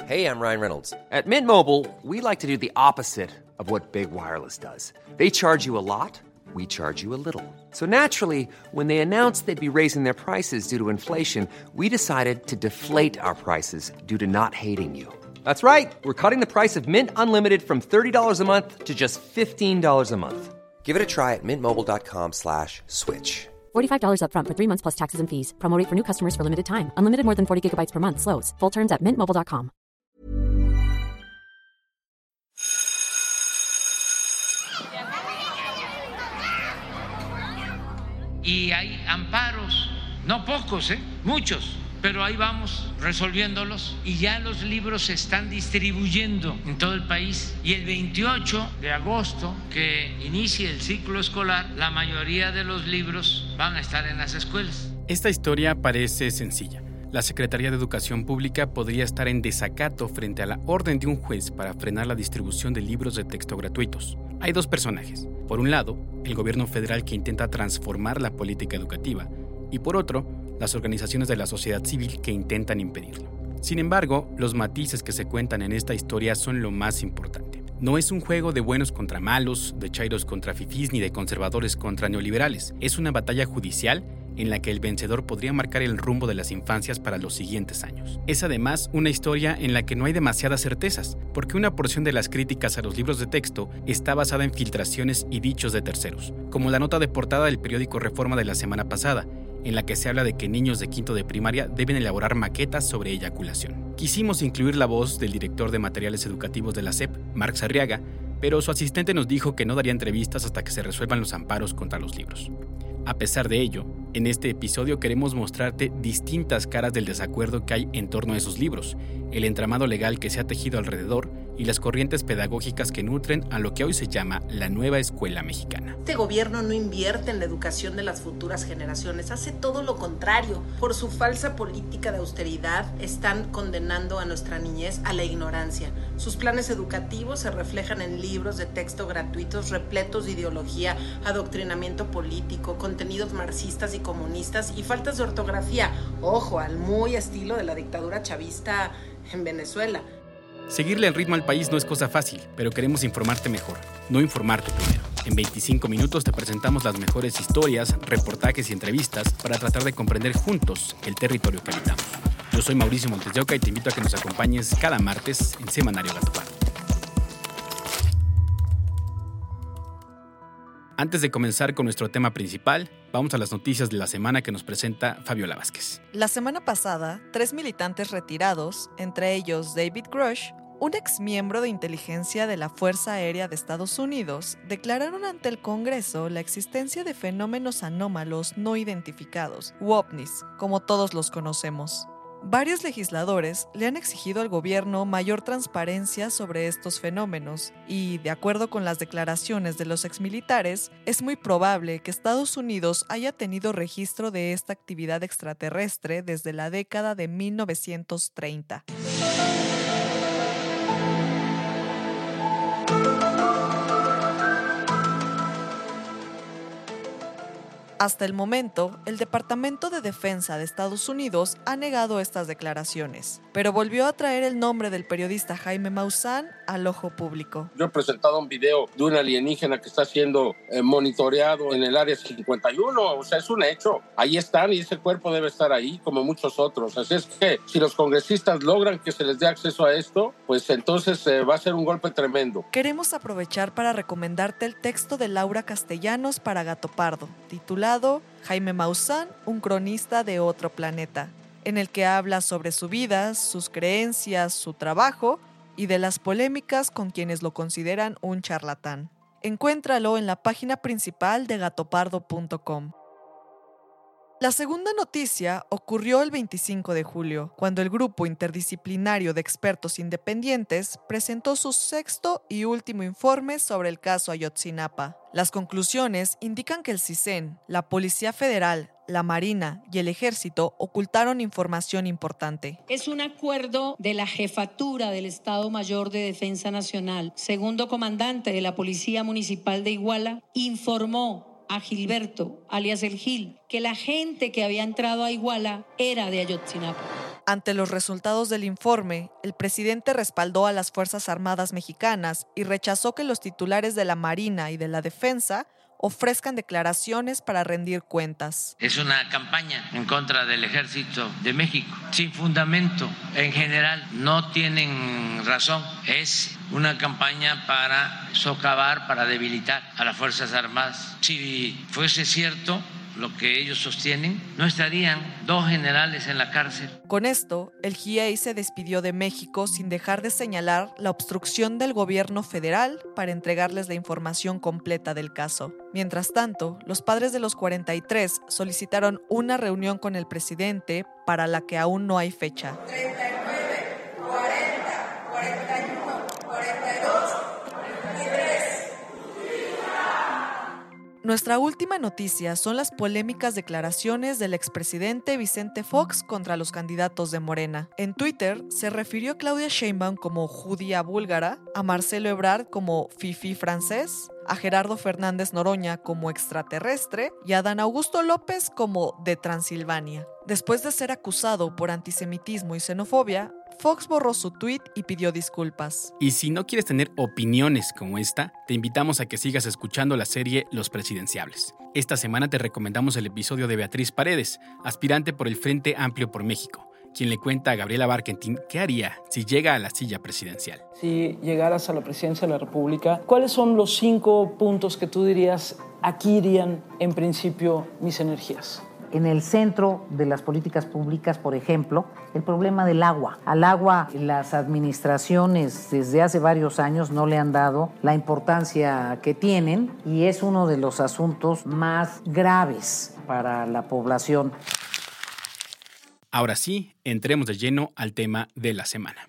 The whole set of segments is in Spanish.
Hey, I'm Ryan Reynolds. At Mint Mobile, we like to do the opposite of what Big Wireless does. They charge you a lot, we charge you a little. So naturally, when they announced they'd be raising their prices due to inflation, we decided to deflate our prices due to not hating you. That's right. We're cutting the price of Mint Unlimited from $30 a month to just $15 a month. Give it a try at mintmobile.com/switch. $45 up front for 3 months plus taxes and fees. Promo rate for new customers for limited time. Unlimited more than 40 gigabytes per month. Slows full terms at mintmobile.com. Y hay amparos, no pocos, muchos, pero ahí vamos resolviéndolos y ya los libros se están distribuyendo en todo el país. Y el 28 de agosto, que inicie el ciclo escolar, la mayoría de los libros van a estar en las escuelas. Esta historia parece sencilla. La Secretaría de Educación Pública podría estar en desacato frente a la orden de un juez para frenar la distribución de libros de texto gratuitos. Hay dos personajes. Por un lado, el gobierno federal que intenta transformar la política educativa y por otro, las organizaciones de la sociedad civil que intentan impedirlo. Sin embargo, los matices que se cuentan en esta historia son lo más importante. No es un juego de buenos contra malos, de chairos contra fifís ni de conservadores contra neoliberales. Es una batalla judicial en la que el vencedor podría marcar el rumbo de las infancias para los siguientes años. Es además una historia en la que no hay demasiadas certezas, porque una porción de las críticas a los libros de texto está basada en filtraciones y dichos de terceros, como la nota de portada del periódico Reforma de la semana pasada, en la que se habla de que niños de quinto de primaria deben elaborar maquetas sobre eyaculación. Quisimos incluir la voz del director de materiales educativos de la SEP, Marx Arriaga, pero su asistente nos dijo que no daría entrevistas hasta que se resuelvan los amparos contra los libros. A pesar de ello, en este episodio queremos mostrarte distintas caras del desacuerdo que hay en torno a esos libros, el entramado legal que se ha tejido alrededor y las corrientes pedagógicas que nutren a lo que hoy se llama la nueva escuela mexicana. Este gobierno no invierte en la educación de las futuras generaciones, hace todo lo contrario. Por su falsa política de austeridad están condenando a nuestra niñez a la ignorancia. Sus planes educativos se reflejan en libros de texto gratuitos repletos de ideología, adoctrinamiento político, contenidos marxistas y comunistas y faltas de ortografía. Ojo, al muy estilo de la dictadura chavista en Venezuela. Seguirle el ritmo al país no es cosa fácil, pero queremos informarte mejor, no informarte primero. En 25 minutos te presentamos las mejores historias, reportajes y entrevistas para tratar de comprender juntos el territorio que habitamos. Yo soy Mauricio Montes de Oca y te invito a que nos acompañes cada martes en Semanario Gato Pardo. Antes de comenzar con nuestro tema principal, vamos a las noticias de la semana que nos presenta Fabiola Vázquez. La semana pasada, 3 militantes retirados, entre ellos David Grush, un exmiembro de inteligencia de la Fuerza Aérea de Estados Unidos, declararon ante el Congreso la existencia de fenómenos anómalos no identificados, u ovnis, como todos los conocemos. Varios legisladores le han exigido al gobierno mayor transparencia sobre estos fenómenos y, de acuerdo con las declaraciones de los exmilitares, es muy probable que Estados Unidos haya tenido registro de esta actividad extraterrestre desde la década de 1930. Hasta el momento, el Departamento de Defensa de Estados Unidos ha negado estas declaraciones, pero volvió a traer el nombre del periodista Jaime Maussan al ojo público. Yo he presentado un video de un alienígena que está siendo monitoreado en el área 51, o sea, es un hecho. Ahí están y ese cuerpo debe estar ahí, como muchos otros. Así es que si los congresistas logran que se les dé acceso a esto, pues entonces va a ser un golpe tremendo. Queremos aprovechar para recomendarte el texto de Laura Castellanos para Gato Pardo, titulado Jaime Maussan, un cronista de otro planeta, en el que habla sobre su vida, sus creencias, su trabajo y de las polémicas con quienes lo consideran un charlatán. Encuéntralo en la página principal de gatopardo.com. La segunda noticia ocurrió el 25 de julio, cuando el grupo interdisciplinario de expertos independientes presentó su sexto y último informe sobre el caso Ayotzinapa. Las conclusiones indican que el CISEN, la Policía Federal, la Marina y el Ejército ocultaron información importante. Es un acuerdo de la Jefatura del Estado Mayor de Defensa Nacional. Segundo comandante de la Policía Municipal de Iguala informó a Gilberto, alias El Gil, que la gente que había entrado a Iguala era de Ayotzinapa. Ante los resultados del informe, el presidente respaldó a las Fuerzas Armadas mexicanas y rechazó que los titulares de la Marina y de la Defensa ofrezcan declaraciones para rendir cuentas. Es una campaña en contra del Ejército de México, sin fundamento. En general no tienen razón. Es una campaña para socavar, para debilitar a las Fuerzas Armadas. Si fuese cierto lo que ellos sostienen, no estarían 2 generales en la cárcel. Con esto, el GIEI se despidió de México sin dejar de señalar la obstrucción del gobierno federal para entregarles la información completa del caso. Mientras tanto, los padres de los 43 solicitaron una reunión con el presidente para la que aún no hay fecha. 39, 40, 41, 42, 43. Nuestra última noticia son las polémicas declaraciones del expresidente Vicente Fox contra los candidatos de Morena. En Twitter se refirió a Claudia Sheinbaum como judía búlgara, a Marcelo Ebrard como fifí francés, a Gerardo Fernández Noroña como extraterrestre y a Dan Augusto López como de Transilvania. Después de ser acusado por antisemitismo y xenofobia, Fox borró su tuit y pidió disculpas. Y si no quieres tener opiniones como esta, te invitamos a que sigas escuchando la serie Los Presidenciables. Esta semana te recomendamos el episodio de Beatriz Paredes, aspirante por el Frente Amplio por México, quien le cuenta a Gabriela Barkentin qué haría si llega a la silla presidencial. Si llegaras a la presidencia de la República, ¿cuáles son los 5 puntos que tú dirías, aquí irían en principio mis energías? En el centro de las políticas públicas, por ejemplo, el problema del agua. Al agua, las administraciones desde hace varios años no le han dado la importancia que tienen y es uno de los asuntos más graves para la población. Ahora sí, entremos de lleno al tema de la semana.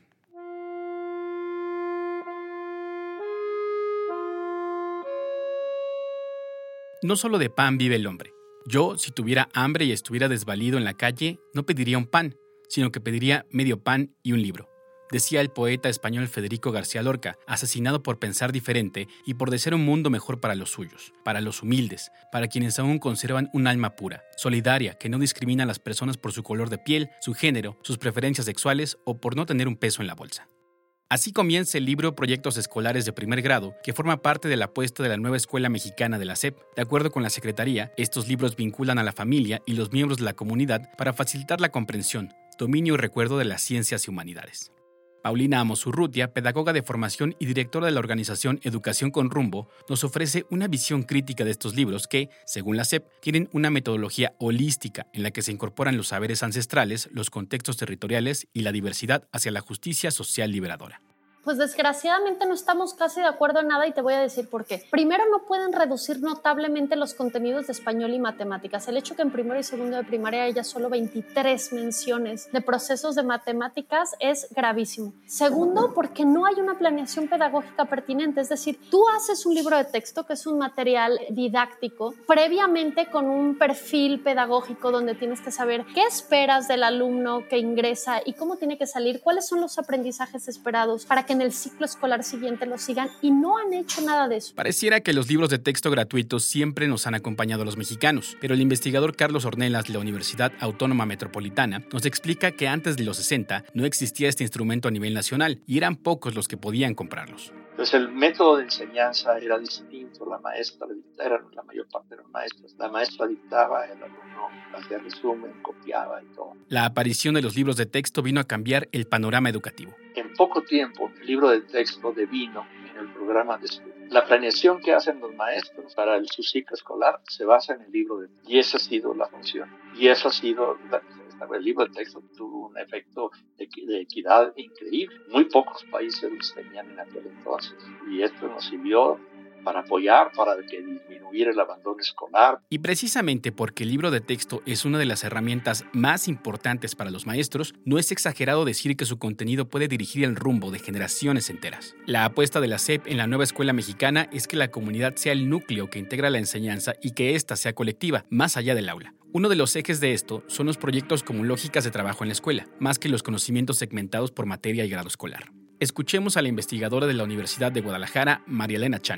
No solo de pan vive el hombre. Yo, si tuviera hambre y estuviera desvalido en la calle, no pediría un pan, sino que pediría medio pan y un libro. Decía el poeta español Federico García Lorca, asesinado por pensar diferente y por desear un mundo mejor para los suyos, para los humildes, para quienes aún conservan un alma pura, solidaria, que no discrimina a las personas por su color de piel, su género, sus preferencias sexuales o por no tener un peso en la bolsa. Así comienza el libro Proyectos Escolares de Primer Grado, que forma parte de la apuesta de la nueva Escuela Mexicana de la SEP. De acuerdo con la Secretaría, estos libros vinculan a la familia y los miembros de la comunidad para facilitar la comprensión, dominio y recuerdo de las ciencias y humanidades. Paulina Amos Urrutia, pedagoga de formación y directora de la organización Educación con Rumbo, nos ofrece una visión crítica de estos libros que, según la SEP, tienen una metodología holística en la que se incorporan los saberes ancestrales, los contextos territoriales y la diversidad hacia la justicia social liberadora. Pues desgraciadamente no estamos casi de acuerdo en nada y te voy a decir por qué. Primero, no pueden reducir notablemente los contenidos de español y matemáticas. El hecho que en primero y segundo de primaria haya solo 23 menciones de procesos de matemáticas es gravísimo. Segundo, porque no hay una planeación pedagógica pertinente. Es decir, tú haces un libro de texto que es un material didáctico previamente con un perfil pedagógico donde tienes que saber qué esperas del alumno que ingresa y cómo tiene que salir, cuáles son los aprendizajes esperados para que en el ciclo escolar siguiente lo sigan y no han hecho nada de eso. Pareciera que los libros de texto gratuitos siempre nos han acompañado a los mexicanos, pero el investigador Carlos Ornelas de la Universidad Autónoma Metropolitana nos explica que antes de los 60 no existía este instrumento a nivel nacional y eran pocos los que podían comprarlos. Entonces el método de enseñanza era distinto, la maestra dictaba, la mayor parte eran maestras, la maestra dictaba, el alumno hacía resumen, copiaba y todo. La aparición de los libros de texto vino a cambiar el panorama educativo. En poco tiempo, el libro de texto devino en el programa de estudio. La planeación que hacen los maestros para su ciclo escolar se basa en el libro de texto. Y esa ha sido la función. Y eso ha sido... El libro de texto tuvo un efecto de equidad increíble. Muy pocos países los tenían en aquel entonces. Y esto nos sirvió para apoyar, para que disminuyera el abandono escolar. Y precisamente porque el libro de texto es una de las herramientas más importantes para los maestros, no es exagerado decir que su contenido puede dirigir el rumbo de generaciones enteras. La apuesta de la SEP en la nueva escuela mexicana es que la comunidad sea el núcleo que integra la enseñanza y que ésta sea colectiva, más allá del aula. Uno de los ejes de esto son los proyectos como lógicas de trabajo en la escuela, más que los conocimientos segmentados por materia y grado escolar. Escuchemos a la investigadora de la Universidad de Guadalajara, María Elena Chan.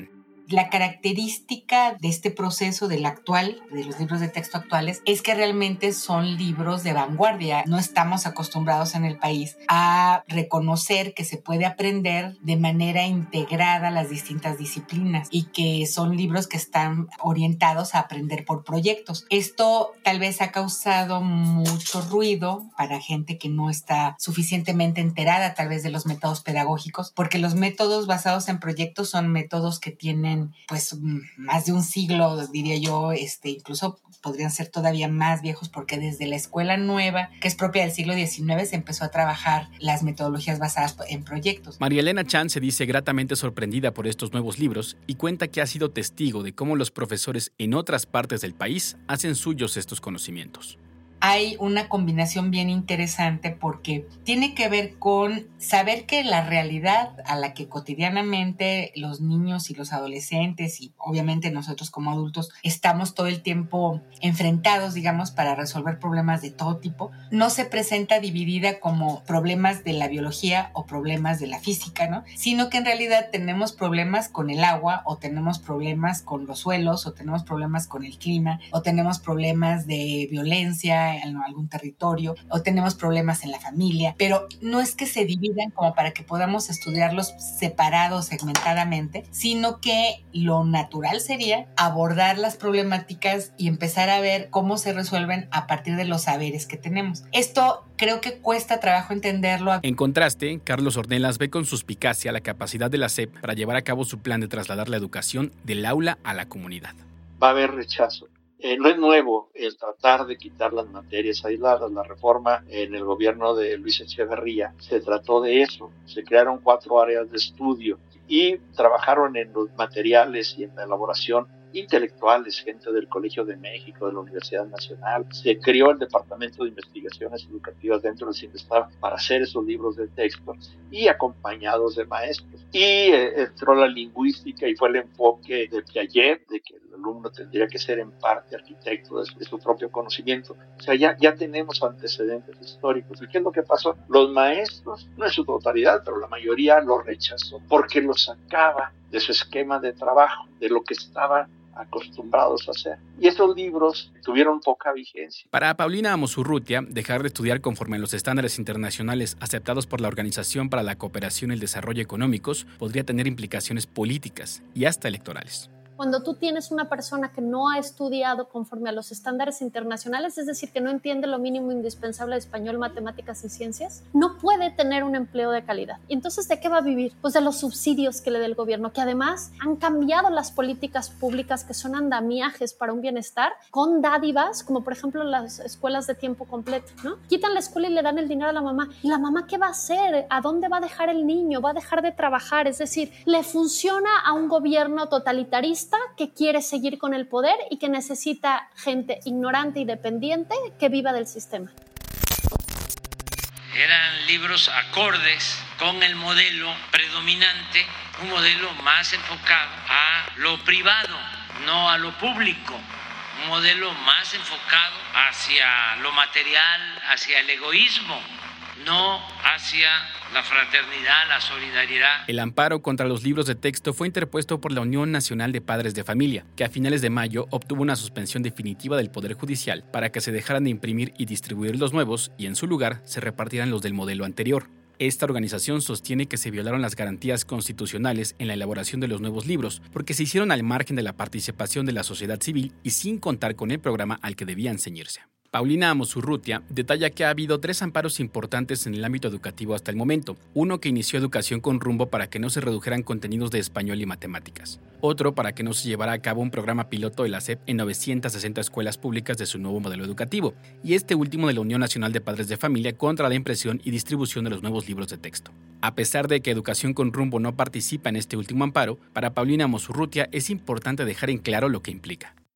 La característica de este proceso del actual, de los libros de texto actuales, es que realmente son libros de vanguardia. No estamos acostumbrados en el país a reconocer que se puede aprender de manera integrada las distintas disciplinas y que son libros que están orientados a aprender por proyectos. Esto tal vez ha causado mucho ruido para gente que no está suficientemente enterada tal vez de los métodos pedagógicos, porque los métodos basados en proyectos son métodos que tienen pues más de un siglo, diría yo, incluso podrían ser todavía más viejos, porque desde la escuela nueva, que es propia del siglo XIX, se empezó a trabajar las metodologías basadas en proyectos. María Elena Chan se dice gratamente sorprendida por estos nuevos libros y cuenta que ha sido testigo de cómo los profesores en otras partes del país hacen suyos estos conocimientos. Hay una combinación bien interesante porque tiene que ver con saber que la realidad a la que cotidianamente los niños y los adolescentes y obviamente nosotros como adultos estamos todo el tiempo enfrentados, digamos, para resolver problemas de todo tipo, no se presenta dividida como problemas de la biología o problemas de la física, ¿no? Sino que en realidad tenemos problemas con el agua, o tenemos problemas con los suelos, o tenemos problemas con el clima, o tenemos problemas de violencia en algún territorio, o tenemos problemas en la familia, pero no es que se dividan como para que podamos estudiarlos separados, segmentadamente, sino que lo natural sería abordar las problemáticas y empezar a ver cómo se resuelven a partir de los saberes que tenemos. Esto creo que cuesta trabajo entenderlo. En contraste, Carlos Ornelas ve con suspicacia la capacidad de la SEP para llevar a cabo su plan de trasladar la educación del aula a la comunidad. Va a haber rechazo. No es nuevo el tratar de quitar las materias aisladas. La reforma en el gobierno de Luis Echeverría se trató de eso. Se crearon 4 áreas de estudio y trabajaron en los materiales y en la elaboración intelectuales, gente del Colegio de México, de la Universidad Nacional. Se creó el Departamento de Investigaciones Educativas dentro del CINDESTAB para hacer esos libros de texto y acompañados de maestros. Y entró la lingüística y fue el enfoque de Piaget, de que el alumno tendría que ser en parte arquitecto de su propio conocimiento. O sea, ya tenemos antecedentes históricos. ¿Y qué es lo que pasó? Los maestros, no en su totalidad, pero la mayoría lo rechazó porque lo sacaba de su esquema de trabajo, de lo que estaban acostumbrados a hacer. Y esos libros tuvieron poca vigencia. Para Paulina Amosurrutia, dejar de estudiar conforme a los estándares internacionales aceptados por la Organización para la Cooperación y el Desarrollo Económicos podría tener implicaciones políticas y hasta electorales. Cuando tú tienes una persona que no ha estudiado conforme a los estándares internacionales, es decir, que no entiende lo mínimo indispensable de español, matemáticas y ciencias, no puede tener un empleo de calidad. ¿Y entonces de qué va a vivir? Pues de los subsidios que le dé el gobierno, que además han cambiado las políticas públicas que son andamiajes para un bienestar con dádivas, como por ejemplo las escuelas de tiempo completo, ¿no? Quitan la escuela y le dan el dinero a la mamá. ¿Y la mamá qué va a hacer? ¿A dónde va a dejar el niño? ¿Va a dejar de trabajar? Es decir, le funciona a un gobierno totalitarista que quiere seguir con el poder y que necesita gente ignorante y dependiente que viva del sistema. Eran libros acordes con el modelo predominante, un modelo más enfocado a lo privado, no a lo público, un modelo más enfocado hacia lo material, hacia el egoísmo, no hacia la fraternidad, la solidaridad. El amparo contra los libros de texto fue interpuesto por la Unión Nacional de Padres de Familia, que a finales de mayo obtuvo una suspensión definitiva del Poder Judicial para que se dejaran de imprimir y distribuir los nuevos y en su lugar se repartieran los del modelo anterior. Esta organización sostiene que se violaron las garantías constitucionales en la elaboración de los nuevos libros porque se hicieron al margen de la participación de la sociedad civil y sin contar con el programa al que debían ceñirse. Paulina Amosurrutia detalla que ha habido 3 amparos importantes en el ámbito educativo hasta el momento. Uno que inició Educación con Rumbo para que no se redujeran contenidos de español y matemáticas. Otro para que no se llevara a cabo un programa piloto de la SEP en 960 escuelas públicas de su nuevo modelo educativo. Y este último de la Unión Nacional de Padres de Familia contra la impresión y distribución de los nuevos libros de texto. A pesar de que Educación con Rumbo no participa en este último amparo, para Paulina Amosurrutia es importante dejar en claro lo que implica.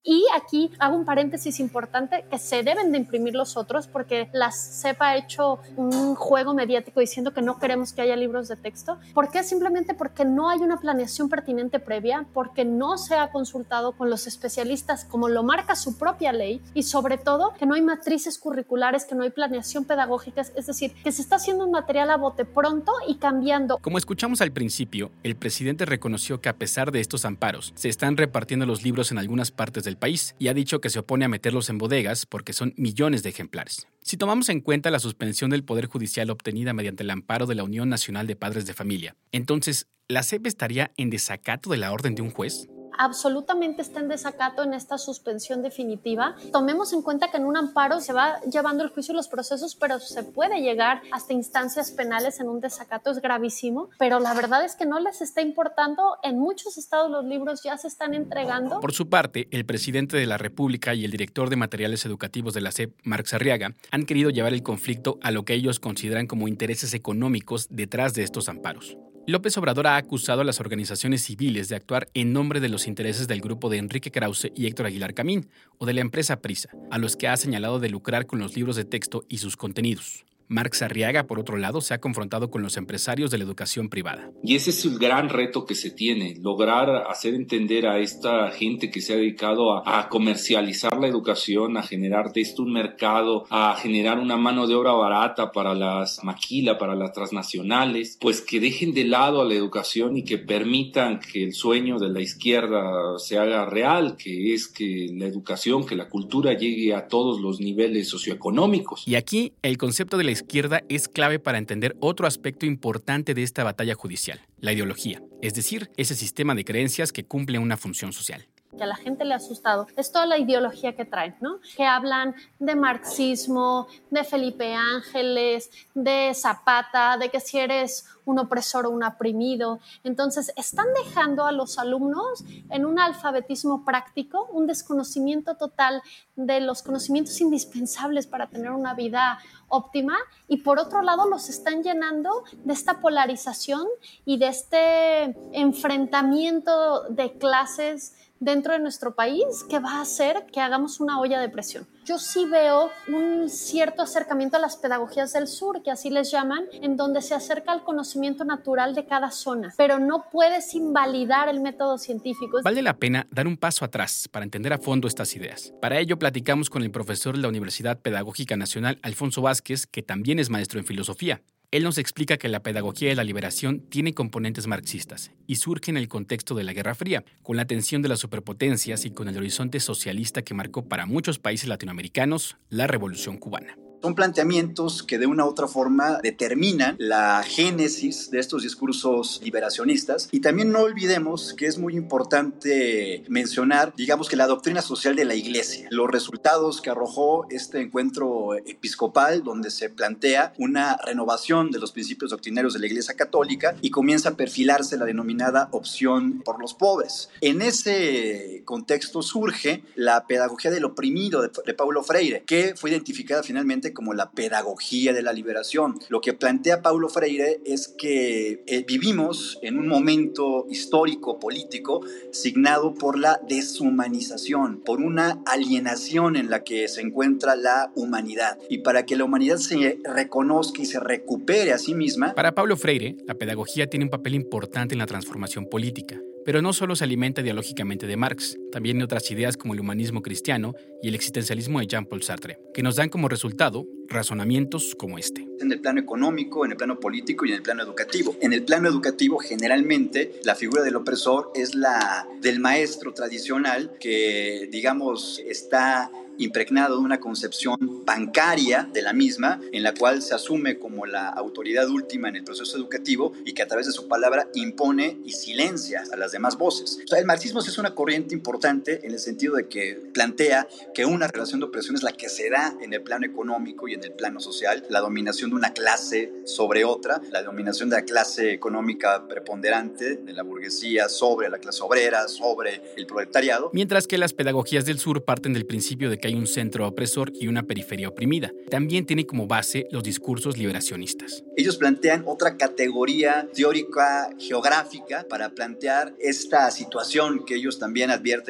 Y aquí hago un paréntesis importante, que se deben de imprimir los otros, porque la CEP ha hecho un juego mediático diciendo que no queremos que haya libros de texto. ¿Por qué? Simplemente porque no hay una planeación pertinente previa, porque no se ha consultado con los especialistas como lo marca su propia ley, y sobre todo que no hay matrices curriculares, que no hay planeación pedagógica, es decir, que se está haciendo un material a bote pronto y cambiando. Como escuchamos al principio, el presidente reconoció que a pesar de estos amparos, se están repartiendo los libros en algunas partes del país y ha dicho que se opone a meterlos en bodegas porque son millones de ejemplares. Si tomamos en cuenta la suspensión del Poder Judicial obtenida mediante el amparo de la Unión Nacional de Padres de Familia, entonces, ¿la CEP estaría en desacato de la orden de un juez? Absolutamente está en desacato en esta suspensión definitiva. Tomemos en cuenta que en un amparo se va llevando el juicio y los procesos, pero se puede llegar hasta instancias penales en un desacato, es gravísimo, pero la verdad es que no les está importando. En muchos estados los libros ya se están entregando. Por su parte, el presidente de la República y el director de materiales educativos de la SEP, Marx Arriaga, han querido llevar el conflicto a lo que ellos consideran como intereses económicos detrás de estos amparos. López Obrador ha acusado a las organizaciones civiles de actuar en nombre de los intereses del grupo de Enrique Krause y Héctor Aguilar Camín, o de la empresa Prisa, a los que ha señalado de lucrar con los libros de texto y sus contenidos. Marx Arriaga, por otro lado, se ha confrontado con los empresarios de la educación privada. Y ese es el gran reto que se tiene, lograr hacer entender a esta gente que se ha dedicado a comercializar la educación, a generar de esto un mercado, a generar una mano de obra barata para las maquilas, para las transnacionales, pues que dejen de lado a la educación y que permitan que el sueño de la izquierda se haga real, que es que la educación, que la cultura llegue a todos los niveles socioeconómicos. Y aquí el concepto de la izquierda es clave para entender otro aspecto importante de esta batalla judicial, la ideología, es decir, ese sistema de creencias que cumple una función social. Que a la gente le ha asustado es toda la ideología que traen, ¿no? Que hablan de marxismo, de Felipe Ángeles, de Zapata, de que si eres un opresor o un oprimido. Entonces, están dejando a los alumnos en un alfabetismo práctico, un desconocimiento total de los conocimientos indispensables para tener una vida óptima, y por otro lado los están llenando de esta polarización y de este enfrentamiento de clases dentro de nuestro país que va a hacer que hagamos una olla de presión. Yo sí veo un cierto acercamiento a las pedagogías del sur, que así les llaman, en donde se acerca al conocimiento natural de cada zona, pero no puedes invalidar el método científico. Vale la pena dar un paso atrás para entender a fondo estas ideas. Para ello platicamos con el profesor de la Universidad Pedagógica Nacional, Alfonso Vázquez, que también es maestro en filosofía. Él nos explica que la pedagogía de la liberación tiene componentes marxistas y surge en el contexto de la Guerra Fría, con la tensión de las superpotencias y con el horizonte socialista que marcó para muchos países latinoamericanos la Revolución Cubana. Son planteamientos que de una u otra forma determinan la génesis de estos discursos liberacionistas. Y también no olvidemos que es muy importante mencionar, digamos, que la doctrina social de la Iglesia, los resultados que arrojó este encuentro episcopal, donde se plantea una renovación de los principios doctrinarios de la Iglesia Católica y comienza a perfilarse la denominada opción por los pobres. En ese contexto surge la pedagogía del oprimido de Paulo Freire, que fue identificada finalmente como la pedagogía de la liberación. Lo que plantea Paulo Freire es que vivimos en un momento histórico, político, signado por la deshumanización, por una alienación en la que se encuentra la humanidad. Y para que la humanidad se reconozca y se recupere a sí misma. Para Paulo Freire, la pedagogía tiene un papel importante en la transformación política. Pero no solo se alimenta ideológicamente de Marx, también de otras ideas como el humanismo cristiano y el existencialismo de Jean-Paul Sartre, que nos dan como resultado razonamientos como este. En el plano económico, en el plano político y en el plano educativo. En el plano educativo, generalmente, la figura del opresor es la del maestro tradicional que, digamos, está impregnado de una concepción bancaria de la misma, en la cual se asume como la autoridad última en el proceso educativo y que a través de su palabra impone y silencia a las demás voces. O sea, el marxismo es una corriente importante en el sentido de que plantea que una relación de opresión es la que se da en el plano económico y en el plano social, la dominación de una clase sobre otra, la dominación de la clase económica preponderante, de la burguesía sobre la clase obrera, sobre el proletariado. Mientras que las pedagogías del sur parten del principio de que hay un centro opresor y una periferia oprimida. También tiene como base los discursos liberacionistas. Ellos plantean otra categoría teórica geográfica para plantear esta situación que ellos también advierten como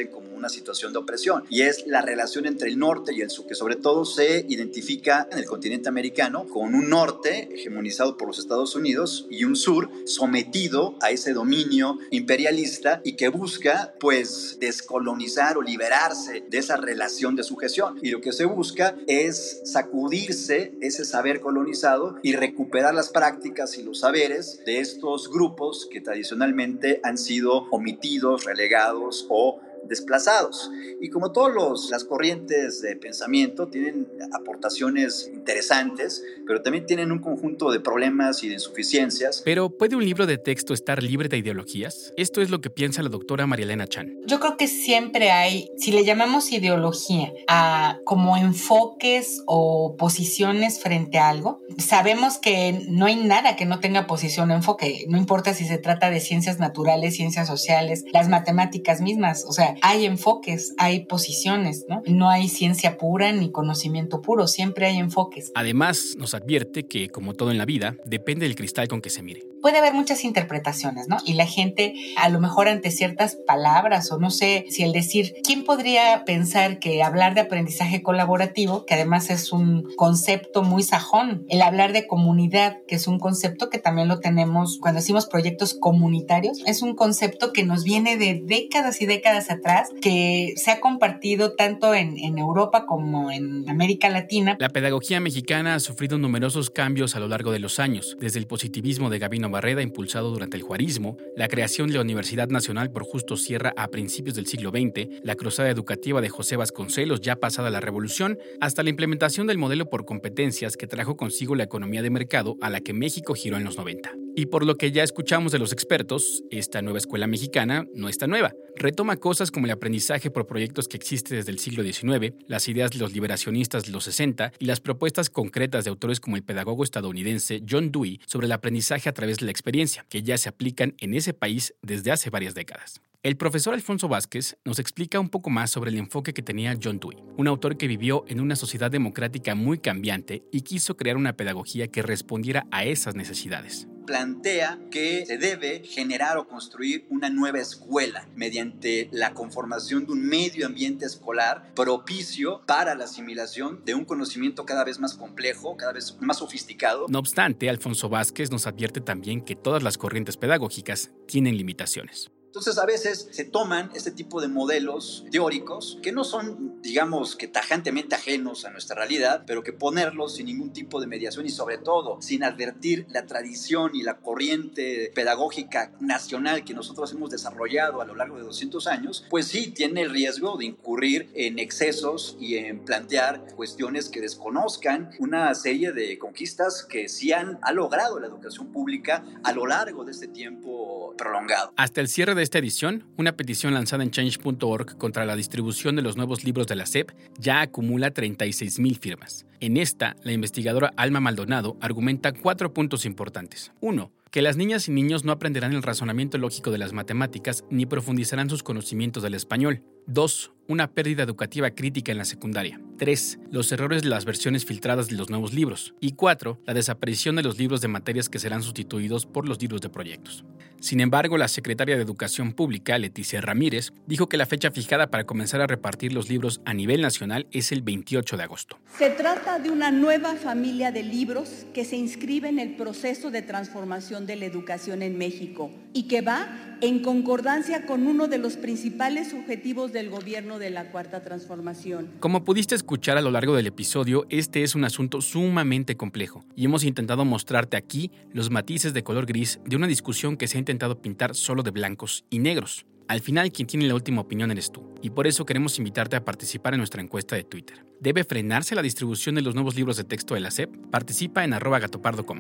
una situación de opresión, y es la relación entre el norte y el sur, que sobre todo se identifica en el continente americano con un norte hegemonizado por los Estados Unidos y un sur sometido a ese dominio imperialista y que busca pues descolonizar o liberarse de esa relación de sujeción, y lo que se busca es sacudirse ese saber colonizado y recuperar las prácticas y los saberes de estos grupos que tradicionalmente han sido omitidos, relegados o desplazados. Y como todas las corrientes de pensamiento tienen aportaciones interesantes, pero también tienen un conjunto de problemas y de insuficiencias. Pero, ¿puede un libro de texto estar libre de ideologías? Esto es lo que piensa la doctora María Elena Chan. Yo creo que siempre hay, si le llamamos ideología, a como enfoques o posiciones frente a algo, sabemos que no hay nada que no tenga posición o enfoque, no importa si se trata de ciencias naturales, ciencias sociales, las matemáticas mismas, o sea, hay enfoques, hay posiciones, ¿no? No hay ciencia pura ni conocimiento puro, siempre hay enfoques. Además, nos advierte que, como todo en la vida, depende del cristal con que se mire. Puede haber muchas interpretaciones, ¿no? Y la gente, a lo mejor ante ciertas palabras, o no sé si el decir, ¿quién podría pensar que hablar de aprendizaje colaborativo, que además es un concepto muy sajón, el hablar de comunidad, que es un concepto que también lo tenemos cuando decimos proyectos comunitarios, es un concepto que nos viene de décadas y décadas atrás, que se ha compartido tanto en Europa como en América Latina. La pedagogía mexicana ha sufrido numerosos cambios a lo largo de los años, desde el positivismo de Gabino Barreda impulsado durante el juarismo, la creación de la Universidad Nacional por Justo Sierra a principios del siglo XX, la cruzada educativa de José Vasconcelos ya pasada la Revolución, hasta la implementación del modelo por competencias que trajo consigo la economía de mercado a la que México giró en los 90. Y por lo que ya escuchamos de los expertos, esta nueva escuela mexicana no está nueva. Retoma cosas como el aprendizaje por proyectos que existe desde el siglo XIX, las ideas de los liberacionistas de los 60 y las propuestas concretas de autores como el pedagogo estadounidense John Dewey sobre el aprendizaje a través de la experiencia, que ya se aplican en ese país desde hace varias décadas. El profesor Alfonso Vázquez nos explica un poco más sobre el enfoque que tenía John Dewey, un autor que vivió en una sociedad democrática muy cambiante y quiso crear una pedagogía que respondiera a esas necesidades. Plantea que se debe generar o construir una nueva escuela mediante la conformación de un medio ambiente escolar propicio para la asimilación de un conocimiento cada vez más complejo, cada vez más sofisticado. No obstante, Alfonso Vázquez nos advierte también que todas las corrientes pedagógicas tienen limitaciones. Entonces, a veces se toman este tipo de modelos teóricos que no son, digamos, que tajantemente ajenos a nuestra realidad, pero que ponerlos sin ningún tipo de mediación y sobre todo sin advertir la tradición y la corriente pedagógica nacional que nosotros hemos desarrollado a lo largo de 200 años, pues sí tiene el riesgo de incurrir en excesos y en plantear cuestiones que desconozcan una serie de conquistas que sí ha logrado la educación pública a lo largo de este tiempo prolongado. Hasta el cierre de esta edición, una petición lanzada en change.org contra la distribución de los nuevos libros de la SEP ya acumula 36,000 firmas. En esta, la investigadora Alma Maldonado argumenta 4 puntos importantes. 1. Que las niñas y niños no aprenderán el razonamiento lógico de las matemáticas ni profundizarán sus conocimientos del español. 2. Una pérdida educativa crítica en la secundaria. 3. Los errores de las versiones filtradas de los nuevos libros. Y 4. La desaparición de los libros de materias que serán sustituidos por los libros de proyectos. Sin embargo, la secretaria de Educación Pública, Leticia Ramírez, dijo que la fecha fijada para comenzar a repartir los libros a nivel nacional es el 28 de agosto. Se trata de una nueva familia de libros que se inscribe en el proceso de transformación de la educación en México y que va en concordancia con uno de los principales objetivos del gobierno de la Cuarta Transformación. Como pudiste escuchar a lo largo del episodio, este es un asunto sumamente complejo y hemos intentado mostrarte aquí los matices de color gris de una discusión que se ha intentado pintar solo de blancos y negros. Al final, quien tiene la última opinión eres tú, y por eso queremos invitarte a participar en nuestra encuesta de Twitter. ¿Debe frenarse la distribución de los nuevos libros de texto de la SEP? Participa en @gatopardo.com.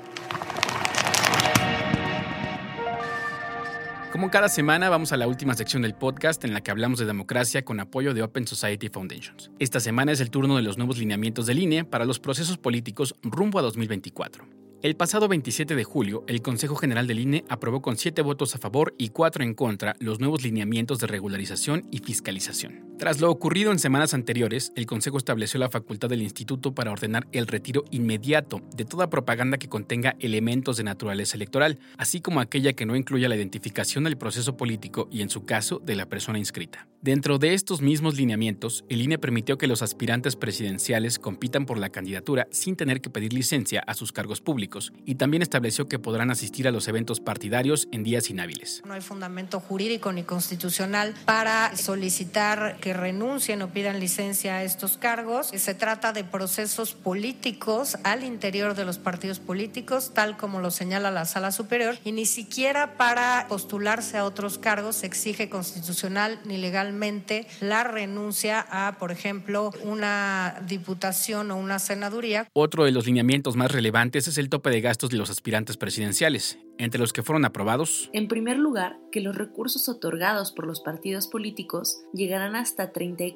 Como cada semana, vamos a la última sección del podcast en la que hablamos de democracia con apoyo de Open Society Foundations. Esta semana es el turno de los nuevos lineamientos del INE para los procesos políticos rumbo a 2024. El pasado 27 de julio, el Consejo General del INE aprobó con 7 votos a favor y 4 en contra los nuevos lineamientos de regularización y fiscalización. Tras lo ocurrido en semanas anteriores, el Consejo estableció la facultad del Instituto para ordenar el retiro inmediato de toda propaganda que contenga elementos de naturaleza electoral, así como aquella que no incluya la identificación del proceso político y, en su caso, de la persona inscrita. Dentro de estos mismos lineamientos, el INE permitió que los aspirantes presidenciales compitan por la candidatura sin tener que pedir licencia a sus cargos públicos, y también estableció que podrán asistir a los eventos partidarios en días inhábiles. No hay fundamento jurídico ni constitucional para solicitar que renuncien o pidan licencia a estos cargos. Se trata de procesos políticos al interior de los partidos políticos, tal como lo señala la Sala Superior, y ni siquiera para postularse a otros cargos se exige constitucional ni legalmente la renuncia a, por ejemplo, una diputación o una senaduría. Otro de los lineamientos más relevantes es el tope de gastos de los aspirantes presidenciales, entre los que fueron aprobados. En primer lugar, que los recursos otorgados por los partidos políticos llegarán hasta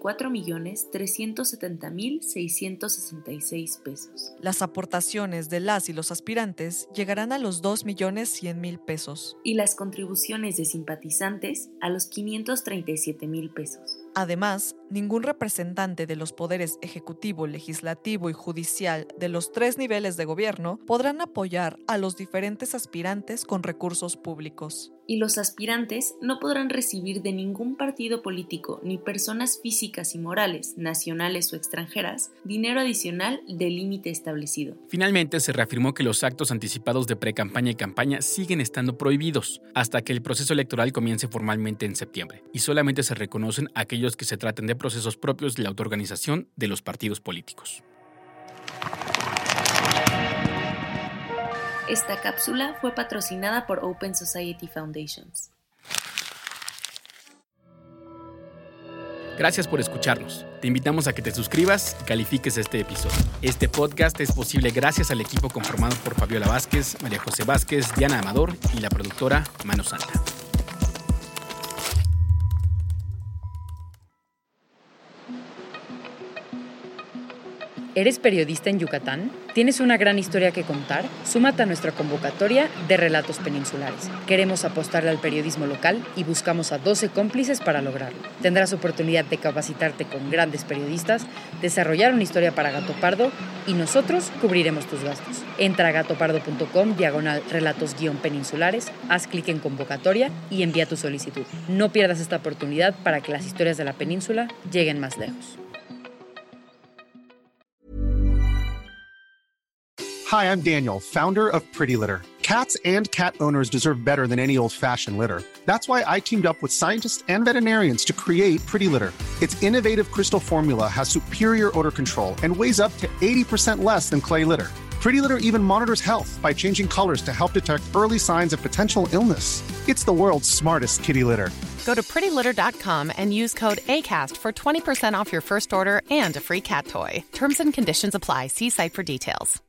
34.370.666 pesos. Las aportaciones de las y los aspirantes llegarán a los 2.100.000 pesos. Y las contribuciones de simpatizantes a los 537.000 pesos. Además, ningún representante de los poderes ejecutivo, legislativo y judicial de los 3 niveles de gobierno podrán apoyar a los diferentes aspirantes con recursos públicos. Y los aspirantes no podrán recibir de ningún partido político ni personas físicas y morales, nacionales o extranjeras, dinero adicional del límite establecido. Finalmente, se reafirmó que los actos anticipados de precampaña y campaña siguen estando prohibidos hasta que el proceso electoral comience formalmente en septiembre, y solamente se reconocen aquellos que se traten de procesos propios de la autoorganización de los partidos políticos. Esta cápsula fue patrocinada por Open Society Foundations. Gracias por escucharnos. Te invitamos a que te suscribas y califiques este episodio. Este podcast es posible gracias al equipo conformado por Fabiola Vázquez, María José Vázquez, Diana Amador y la productora Mano Santa. ¿Eres periodista en Yucatán? ¿Tienes una gran historia que contar? Súmate a nuestra convocatoria de Relatos Peninsulares. Queremos apostarle al periodismo local y buscamos a 12 cómplices para lograrlo. Tendrás oportunidad de capacitarte con grandes periodistas, desarrollar una historia para Gato Pardo y nosotros cubriremos tus gastos. Entra a gatopardo.com/relatos-peninsulares, haz clic en convocatoria y envía tu solicitud. No pierdas esta oportunidad para que las historias de la península lleguen más lejos. Hi, I'm Daniel, founder of Pretty Litter. Cats and cat owners deserve better than any old-fashioned litter. That's why I teamed up with scientists and veterinarians to create Pretty Litter. Its innovative crystal formula has superior odor control and weighs up to 80% less than clay litter. Pretty Litter even monitors health by changing colors to help detect early signs of potential illness. It's the world's smartest kitty litter. Go to prettylitter.com and use code ACAST for 20% off your first order and a free cat toy. Terms and conditions apply. See site for details.